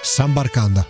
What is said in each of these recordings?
Sambarcanda.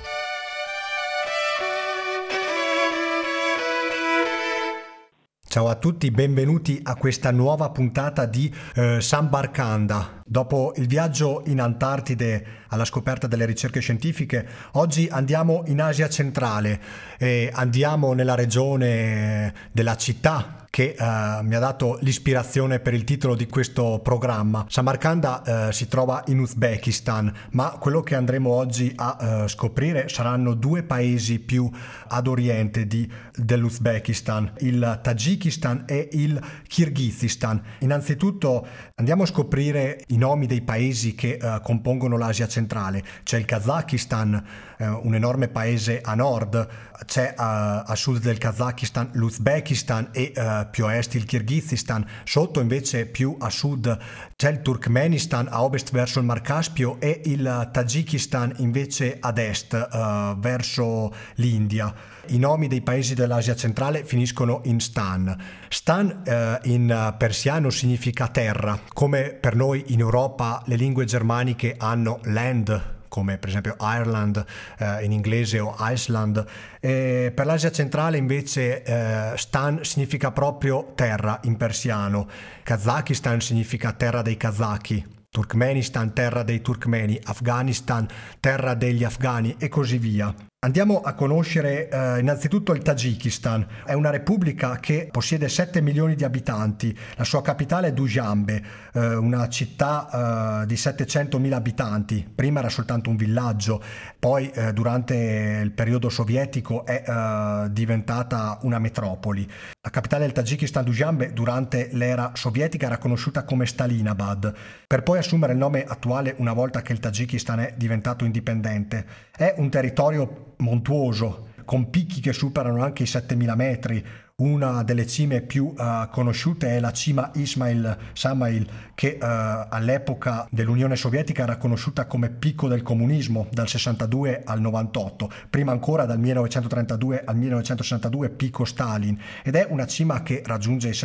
Ciao a tutti, benvenuti a questa nuova puntata di Sambarcanda. Dopo il viaggio in Antartide alla scoperta delle ricerche scientifiche, oggi andiamo in Asia centrale e andiamo nella regione della città che mi ha dato l'ispirazione per il titolo di questo programma. Samarcanda si trova in Uzbekistan, ma quello che andremo oggi a scoprire saranno due paesi più ad oriente dell'Uzbekistan, il Tagikistan e il Kirghizistan. Innanzitutto andiamo a scoprire i nomi dei paesi che compongono l'Asia centrale. C'è il Kazakistan, un enorme paese a nord, c'è a sud del Kazakistan l'Uzbekistan e più a est il Kirghizistan. Sotto invece più a sud c'è il Turkmenistan, a ovest verso il Mar Caspio, e il Tagikistan invece ad est verso l'India. I nomi dei paesi dell'Asia centrale finiscono in Stan. Stan in persiano significa terra, come per noi in Europa le lingue germaniche hanno land, come per esempio Ireland in inglese o Iceland. Per l'Asia centrale invece Stan significa proprio terra in persiano. Kazakistan significa terra dei kazaki, Turkmenistan terra dei turkmeni, Afghanistan terra degli afghani e così via. Andiamo a conoscere innanzitutto il Tagikistan. È una repubblica che possiede 7 milioni di abitanti. La sua capitale è Dushanbe, una città di 700.000 abitanti. Prima era soltanto un villaggio, poi durante il periodo sovietico è diventata una metropoli. La capitale del Tagikistan, Dushanbe, durante l'era sovietica era conosciuta come Stalinabad, per poi assumere il nome attuale una volta che il Tagikistan è diventato indipendente. È un territorio montuoso, con picchi che superano anche i 7.000 metri. Una delle cime più conosciute è la cima Ismail Samail, che all'epoca dell'Unione Sovietica era conosciuta come picco del comunismo, dal 62 al 98, prima ancora dal 1932 al 1962 picco Stalin, ed è una cima che raggiunge i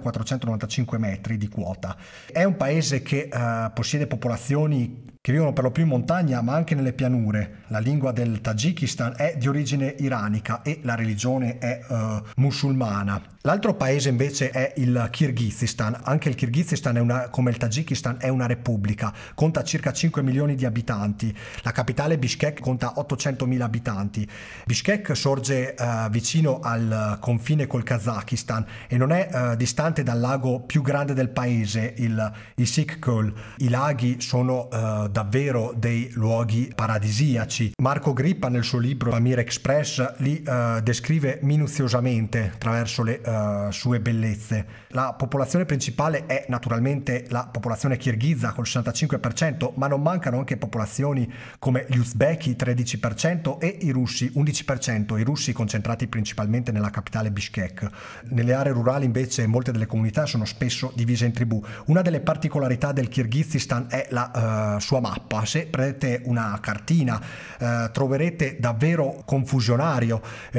7.495 metri di quota. È un paese che possiede popolazioni che vivono per lo più in montagna ma anche nelle pianure. La lingua del Tagikistan è di origine iranica e la religione è musulmana. L'altro paese invece è il Kirghizistan. Anche il Kirghizistan come il Tagikistan è una repubblica, conta circa 5 milioni di abitanti. La capitale Bishkek conta 800.000 abitanti. Bishkek sorge vicino al confine col Kazakistan e non è distante dal lago più grande del paese, il Issyk-Kul. I laghi sono davvero dei luoghi paradisiaci. Marco Grippa nel suo libro Pamir Express li descrive minuziosamente attraverso le sue bellezze. La popolazione principale è naturalmente la popolazione kirghiza col 65%, ma non mancano anche popolazioni come gli uzbeki 13% e i russi 11%, i russi concentrati principalmente nella capitale Bishkek. Nelle aree rurali invece molte delle comunità sono spesso divise in tribù. Una delle particolarità del Kirghizistan è la sua mappa. Se prendete una cartina troverete davvero confusionaria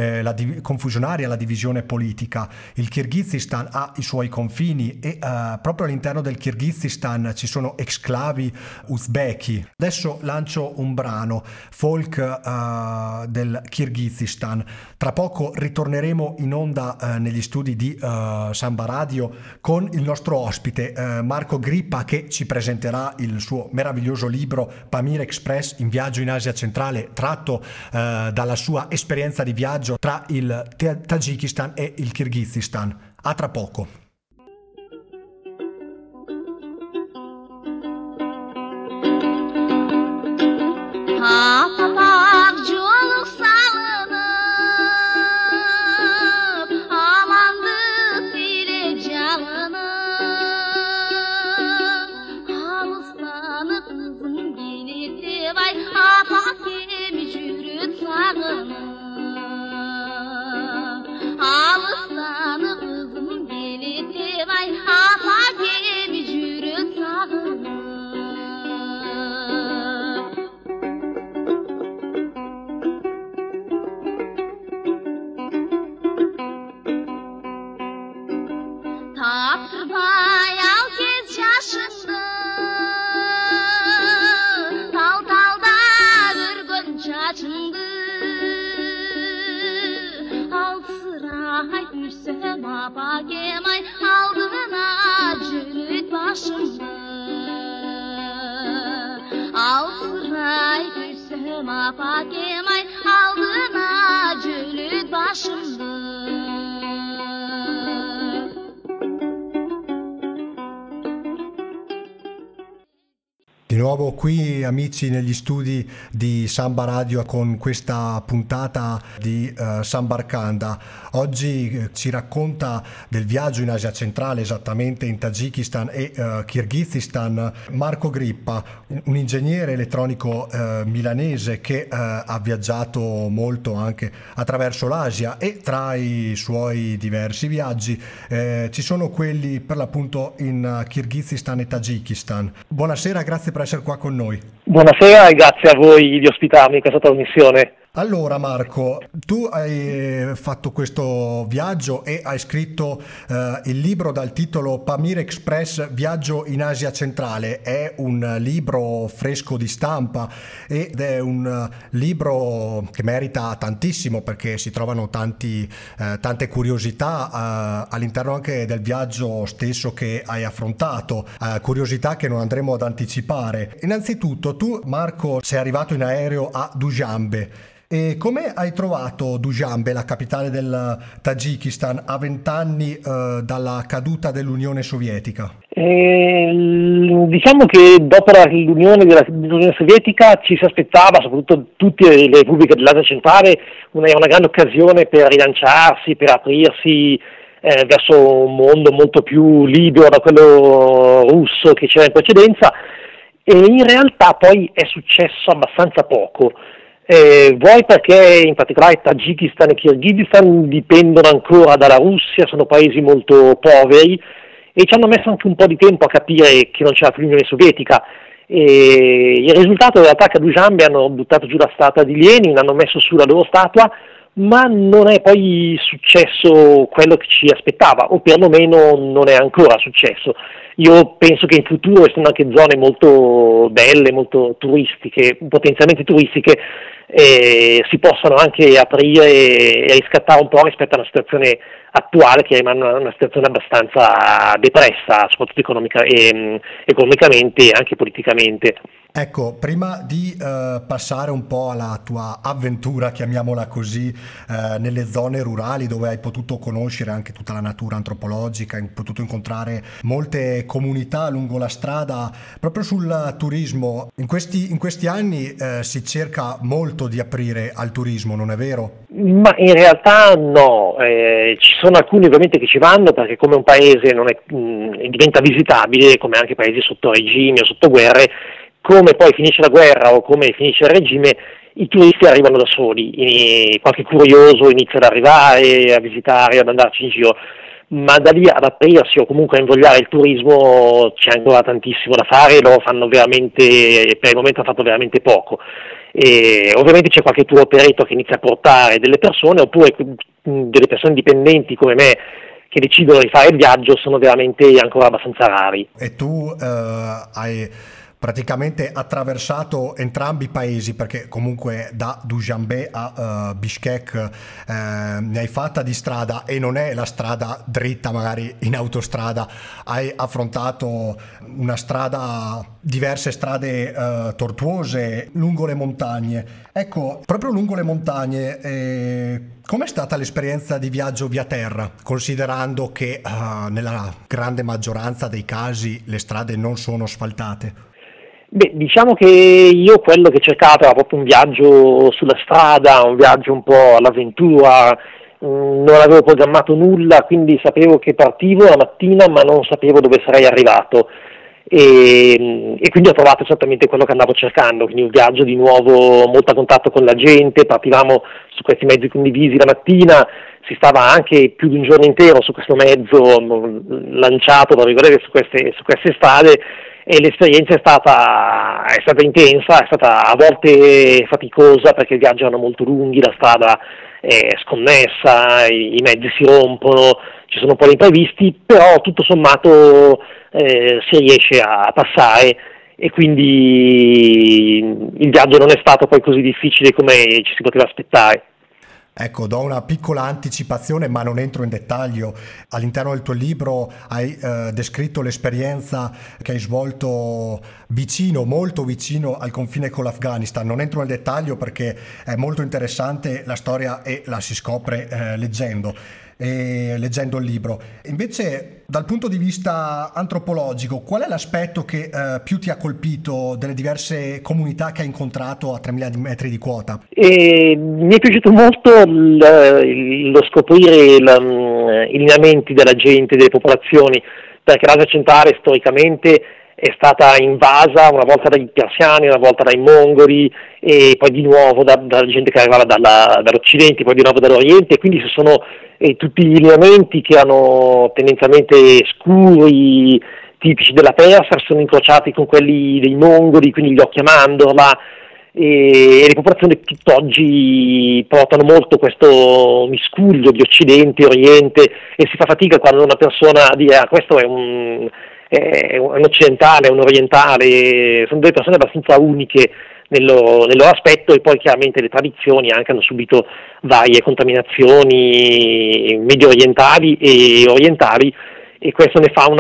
la divisione politica. Il Kirghizistan ha i suoi confini e proprio all'interno del Kirghizistan ci sono exclavi uzbeki. Adesso lancio un brano folk del Kirghizistan. Tra poco ritorneremo in onda negli studi di Samba Radio con il nostro ospite Marco Grippa, che ci presenterà il suo meraviglioso libro Pamir Express in viaggio in Asia centrale, tratto dalla sua esperienza di viaggio tra il Tagikistan e il Kirghizistan. A tra poco. Fakemay aldığına cülüt başımı Al sıray küsüm Fakemay aldığına cülüt başımı Di nuovo qui amici negli studi di Samba Radio con questa puntata di Sambarkanda. Oggi ci racconta del viaggio in Asia centrale, esattamente in Tagikistan e Kirghizistan, Marco Grippa, un ingegnere elettronico milanese che ha viaggiato molto anche attraverso l'Asia, e tra i suoi diversi viaggi ci sono quelli per l'appunto in Kirghizistan e Tagikistan. Buonasera, grazie per essere qua con noi. Buonasera e grazie a voi di ospitarmi in questa trasmissione. Allora Marco, tu hai fatto questo viaggio e hai scritto il libro dal titolo Pamir Express, viaggio in Asia centrale. È un libro fresco di stampa ed è un libro che merita tantissimo perché si trovano tante curiosità all'interno anche del viaggio stesso che hai affrontato, curiosità che non andremo ad anticipare. Innanzitutto tu Marco sei arrivato in aereo a Dushanbe. E come hai trovato Dushanbe, la capitale del Tagikistan, a 20 anni dalla caduta dell'Unione Sovietica? Diciamo che dopo l'Unione Sovietica ci si aspettava, soprattutto tutte le repubbliche dell'Asia centrale, una grande occasione per rilanciarsi, per aprirsi verso un mondo molto più libero da quello russo che c'era in precedenza, e in realtà poi è successo abbastanza poco. Vuoi perché in particolare Tagikistan e Kirghizistan dipendono ancora dalla Russia, sono paesi molto poveri e ci hanno messo anche un po' di tempo a capire che non c'era più l'Unione Sovietica. E il risultato in realtà è che a Dushanbe hanno buttato giù la statua di Lenin, hanno messo su la loro statua, ma non è poi successo quello che ci aspettava, o perlomeno non è ancora successo. Io penso che in futuro, essendo anche zone molto belle, molto turistiche, potenzialmente turistiche, si possano anche aprire e riscattare un po' rispetto alla situazione attuale, che rimane una situazione abbastanza depressa, soprattutto economicamente e anche politicamente. Ecco, prima di passare un po' alla tua avventura, chiamiamola così, nelle zone rurali dove hai potuto conoscere anche tutta la natura antropologica, hai potuto incontrare molte comunità lungo la strada, proprio sul turismo. In questi anni si cerca molto di aprire al turismo, non è vero? Ma in realtà no, ci sono alcuni ovviamente che ci vanno perché come un paese diventa visitabile, come anche paesi sotto regimi o sotto guerre, come poi finisce la guerra o come finisce il regime, i turisti arrivano da soli, qualche curioso inizia ad arrivare, a visitare, ad andarci in giro, ma da lì ad aprirsi o comunque a invogliare il turismo c'è ancora tantissimo da fare, loro fanno veramente, per il momento hanno fatto veramente poco. E ovviamente c'è qualche tour operator che inizia a portare delle persone, oppure delle persone dipendenti come me che decidono di fare il viaggio sono veramente ancora abbastanza rari. E tu hai praticamente attraversato entrambi i paesi, perché comunque da Dushanbe a Bishkek ne hai fatta di strada, e non è la strada dritta magari in autostrada, hai affrontato diverse strade tortuose lungo le montagne. Ecco, proprio lungo le montagne, com'è stata l'esperienza di viaggio via terra, considerando che nella grande maggioranza dei casi le strade non sono asfaltate? Beh, diciamo che io quello che cercavo era proprio un viaggio sulla strada, un viaggio un po' all'avventura, non avevo programmato nulla, quindi sapevo che partivo la mattina ma non sapevo dove sarei arrivato e quindi ho trovato esattamente quello che andavo cercando, quindi un viaggio di nuovo molto a contatto con la gente, partivamo su questi mezzi condivisi la mattina, si stava anche più di un giorno intero su questo mezzo lanciato, tra virgolette, su queste strade, e l'esperienza è stata intensa, è stata a volte faticosa perché i viaggi erano molto lunghi, la strada è sconnessa, i mezzi si rompono, ci sono un po' di imprevisti, però tutto sommato si riesce a passare e quindi il viaggio non è stato poi così difficile come ci si poteva aspettare. Ecco, do una piccola anticipazione, ma non entro in dettaglio. All'interno del tuo libro hai descritto l'esperienza che hai svolto vicino, molto vicino al confine con l'Afghanistan. Non entro nel dettaglio perché è molto interessante la storia e la si scopre leggendo il libro. Invece, dal punto di vista antropologico, qual è l'aspetto che più ti ha colpito delle diverse comunità che hai incontrato a 3.000 metri di quota? Mi è piaciuto molto lo scoprire i lineamenti della gente, delle popolazioni, perché l'Asia centrale storicamente è stata invasa una volta dai persiani, una volta dai mongoli e poi di nuovo dalla gente che arrivava dall'Occidente, poi di nuovo dall'Oriente, e quindi ci sono tutti i lineamenti che erano tendenzialmente scuri, tipici della Persia, sono incrociati con quelli dei mongoli, quindi gli occhi a mandorla, e le popolazioni tutt'oggi portano molto questo miscuglio di Occidente e Oriente, e si fa fatica quando una persona dice questo è un occidentale, è un orientale, sono due persone abbastanza uniche nel loro aspetto, e poi chiaramente le tradizioni anche hanno subito varie contaminazioni medio orientali e orientali, e questo ne fa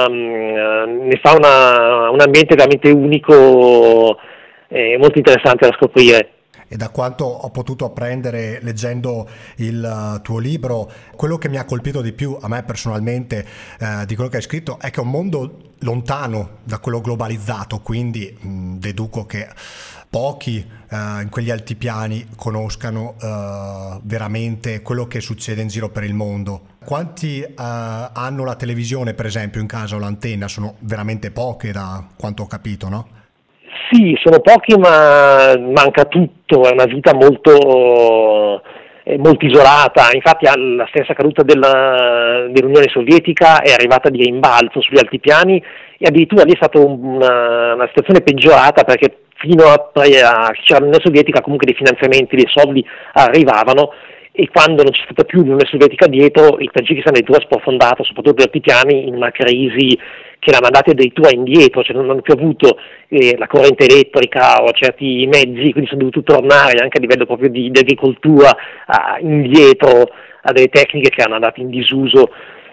un ambiente veramente unico, molto interessante da scoprire. E da quanto ho potuto apprendere leggendo il tuo libro, quello che mi ha colpito di più a me personalmente di quello che hai scritto è che è un mondo lontano da quello globalizzato, quindi deduco che pochi in quegli altipiani conoscano veramente quello che succede in giro per il mondo. Quanti hanno la televisione, per esempio, in casa o l'antenna? Sono veramente poche, da quanto ho capito, no? Sì, sono pochi, ma manca tutto, è una vita molto isolata. Infatti alla stessa caduta dell'Unione Sovietica è arrivata di rimbalzo sugli altipiani, e addirittura lì è stata una situazione peggiorata, perché fino a c'era l'Unione Sovietica comunque dei finanziamenti, dei soldi arrivavano, e quando non c'è stata più l'Unione Sovietica dietro, il Tagikistan addirittura è sprofondato, soprattutto per altipiani, in una crisi che l'ha mandata addirittura indietro, cioè non hanno più avuto la corrente elettrica o certi mezzi, quindi sono dovuti tornare anche a livello proprio di agricoltura indietro a delle tecniche che erano andate in disuso.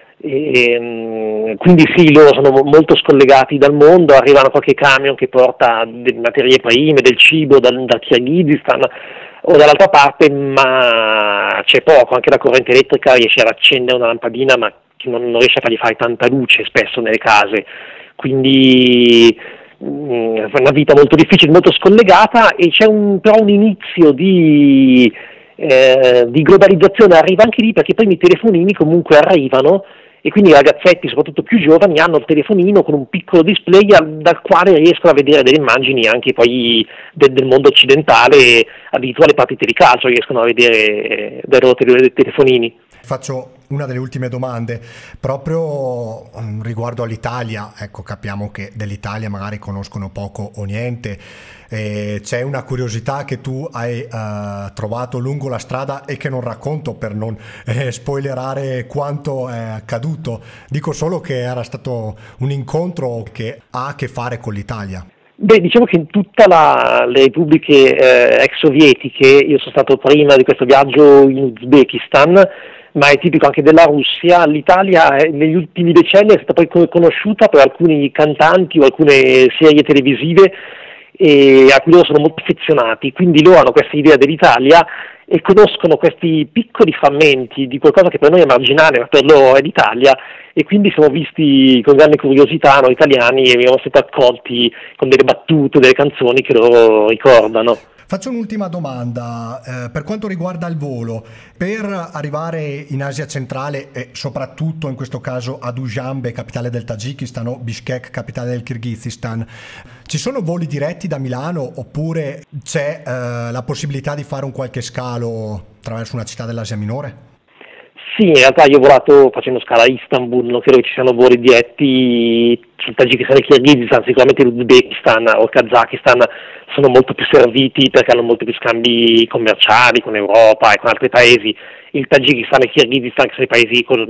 Quindi sì, loro sono molto scollegati dal mondo, arrivano qualche camion che porta delle materie prime, del cibo dal Kirghizistan o dall'altra parte, ma c'è poco, anche la corrente elettrica riesce ad accendere una lampadina, ma che non riesce a fargli fare tanta luce spesso nelle case, quindi è una vita molto difficile, molto scollegata, e c'è però un inizio di globalizzazione, arriva anche lì, perché i primi telefonini comunque arrivano, e quindi i ragazzetti, soprattutto più giovani, hanno il telefonino con un piccolo display dal quale riescono a vedere delle immagini anche poi del mondo occidentale, addirittura le partite di calcio riescono a vedere dai loro telefonini. Faccio una delle ultime domande proprio riguardo all'Italia. Ecco, capiamo che dell'Italia magari conoscono poco o niente. C'è una curiosità che tu hai trovato lungo la strada e che non racconto per non spoilerare quanto è accaduto. Dico solo che era stato un incontro che ha a che fare con l'Italia. Beh, diciamo che in tutte le repubbliche ex sovietiche, io sono stato prima di questo viaggio in Uzbekistan, ma è tipico anche della Russia, l'Italia negli ultimi decenni è stata poi conosciuta per alcuni cantanti o alcune serie televisive a cui loro sono molto affezionati, quindi loro hanno questa idea dell'Italia e conoscono questi piccoli frammenti di qualcosa che per noi è marginale, ma per loro è l'Italia, e quindi siamo visti con grande curiosità noi italiani, e siamo stati accolti con delle battute, delle canzoni che loro ricordano. Faccio un'ultima domanda per quanto riguarda il volo. Per arrivare in Asia centrale e soprattutto in questo caso a Dushanbe, capitale del Tagikistan, o Bishkek, capitale del Kirghizistan, ci sono voli diretti da Milano oppure c'è la possibilità di fare un qualche scalo attraverso una città dell'Asia minore? Sì, in realtà io ho volato facendo scala a Istanbul, non credo che ci siano voli diretti sul Tagikistan e Kirghizistan, sicuramente l'Uzbekistan o il Kazakistan sono molto più serviti perché hanno molti più scambi commerciali con Europa e con altri paesi. Il Tagikistan e il Kirghizistan, che sono i paesi con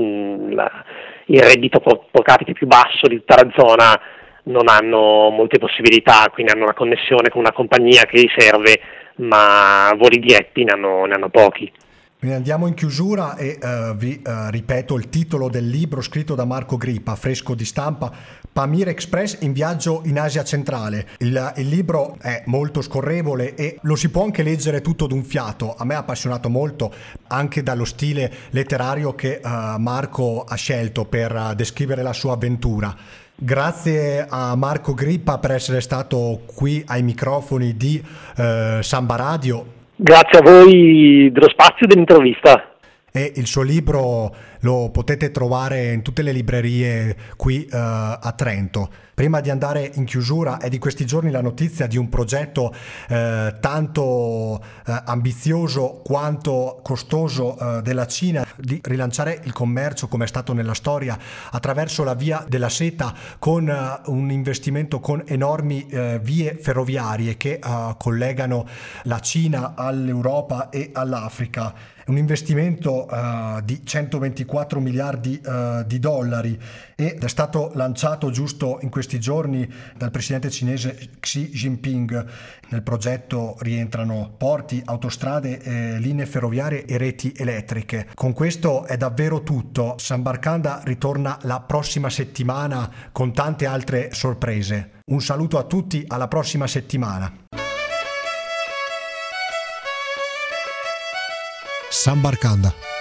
il reddito pro capite più basso di tutta la zona, non hanno molte possibilità, quindi hanno una connessione con una compagnia che li serve, ma voli diretti ne hanno pochi. Quindi andiamo in chiusura e vi ripeto il titolo del libro scritto da Marco Grippa, fresco di stampa, Pamir Express in viaggio in Asia centrale. Il libro è molto scorrevole e lo si può anche leggere tutto d'un fiato. A me ha appassionato molto anche dallo stile letterario che Marco ha scelto per descrivere la sua avventura. Grazie a Marco Grippa per essere stato qui ai microfoni di Samba Radio. Grazie a voi dello spazio dell'intervista. E il suo libro lo potete trovare in tutte le librerie qui a Trento. Prima di andare in chiusura, è di questi giorni la notizia di un progetto tanto ambizioso quanto costoso della Cina di rilanciare il commercio, come è stato nella storia, attraverso la via della seta, con un investimento con enormi vie ferroviarie che collegano la Cina all'Europa e all'Africa. Un investimento di 124 miliardi di dollari ed è stato lanciato giusto in questi giorni dal presidente cinese Xi Jinping. Nel progetto rientrano porti, autostrade, linee ferroviarie e reti elettriche. Con questo è davvero tutto. Sambarcanda ritorna la prossima settimana con tante altre sorprese. Un saluto a tutti, alla prossima settimana. Sambarcanda.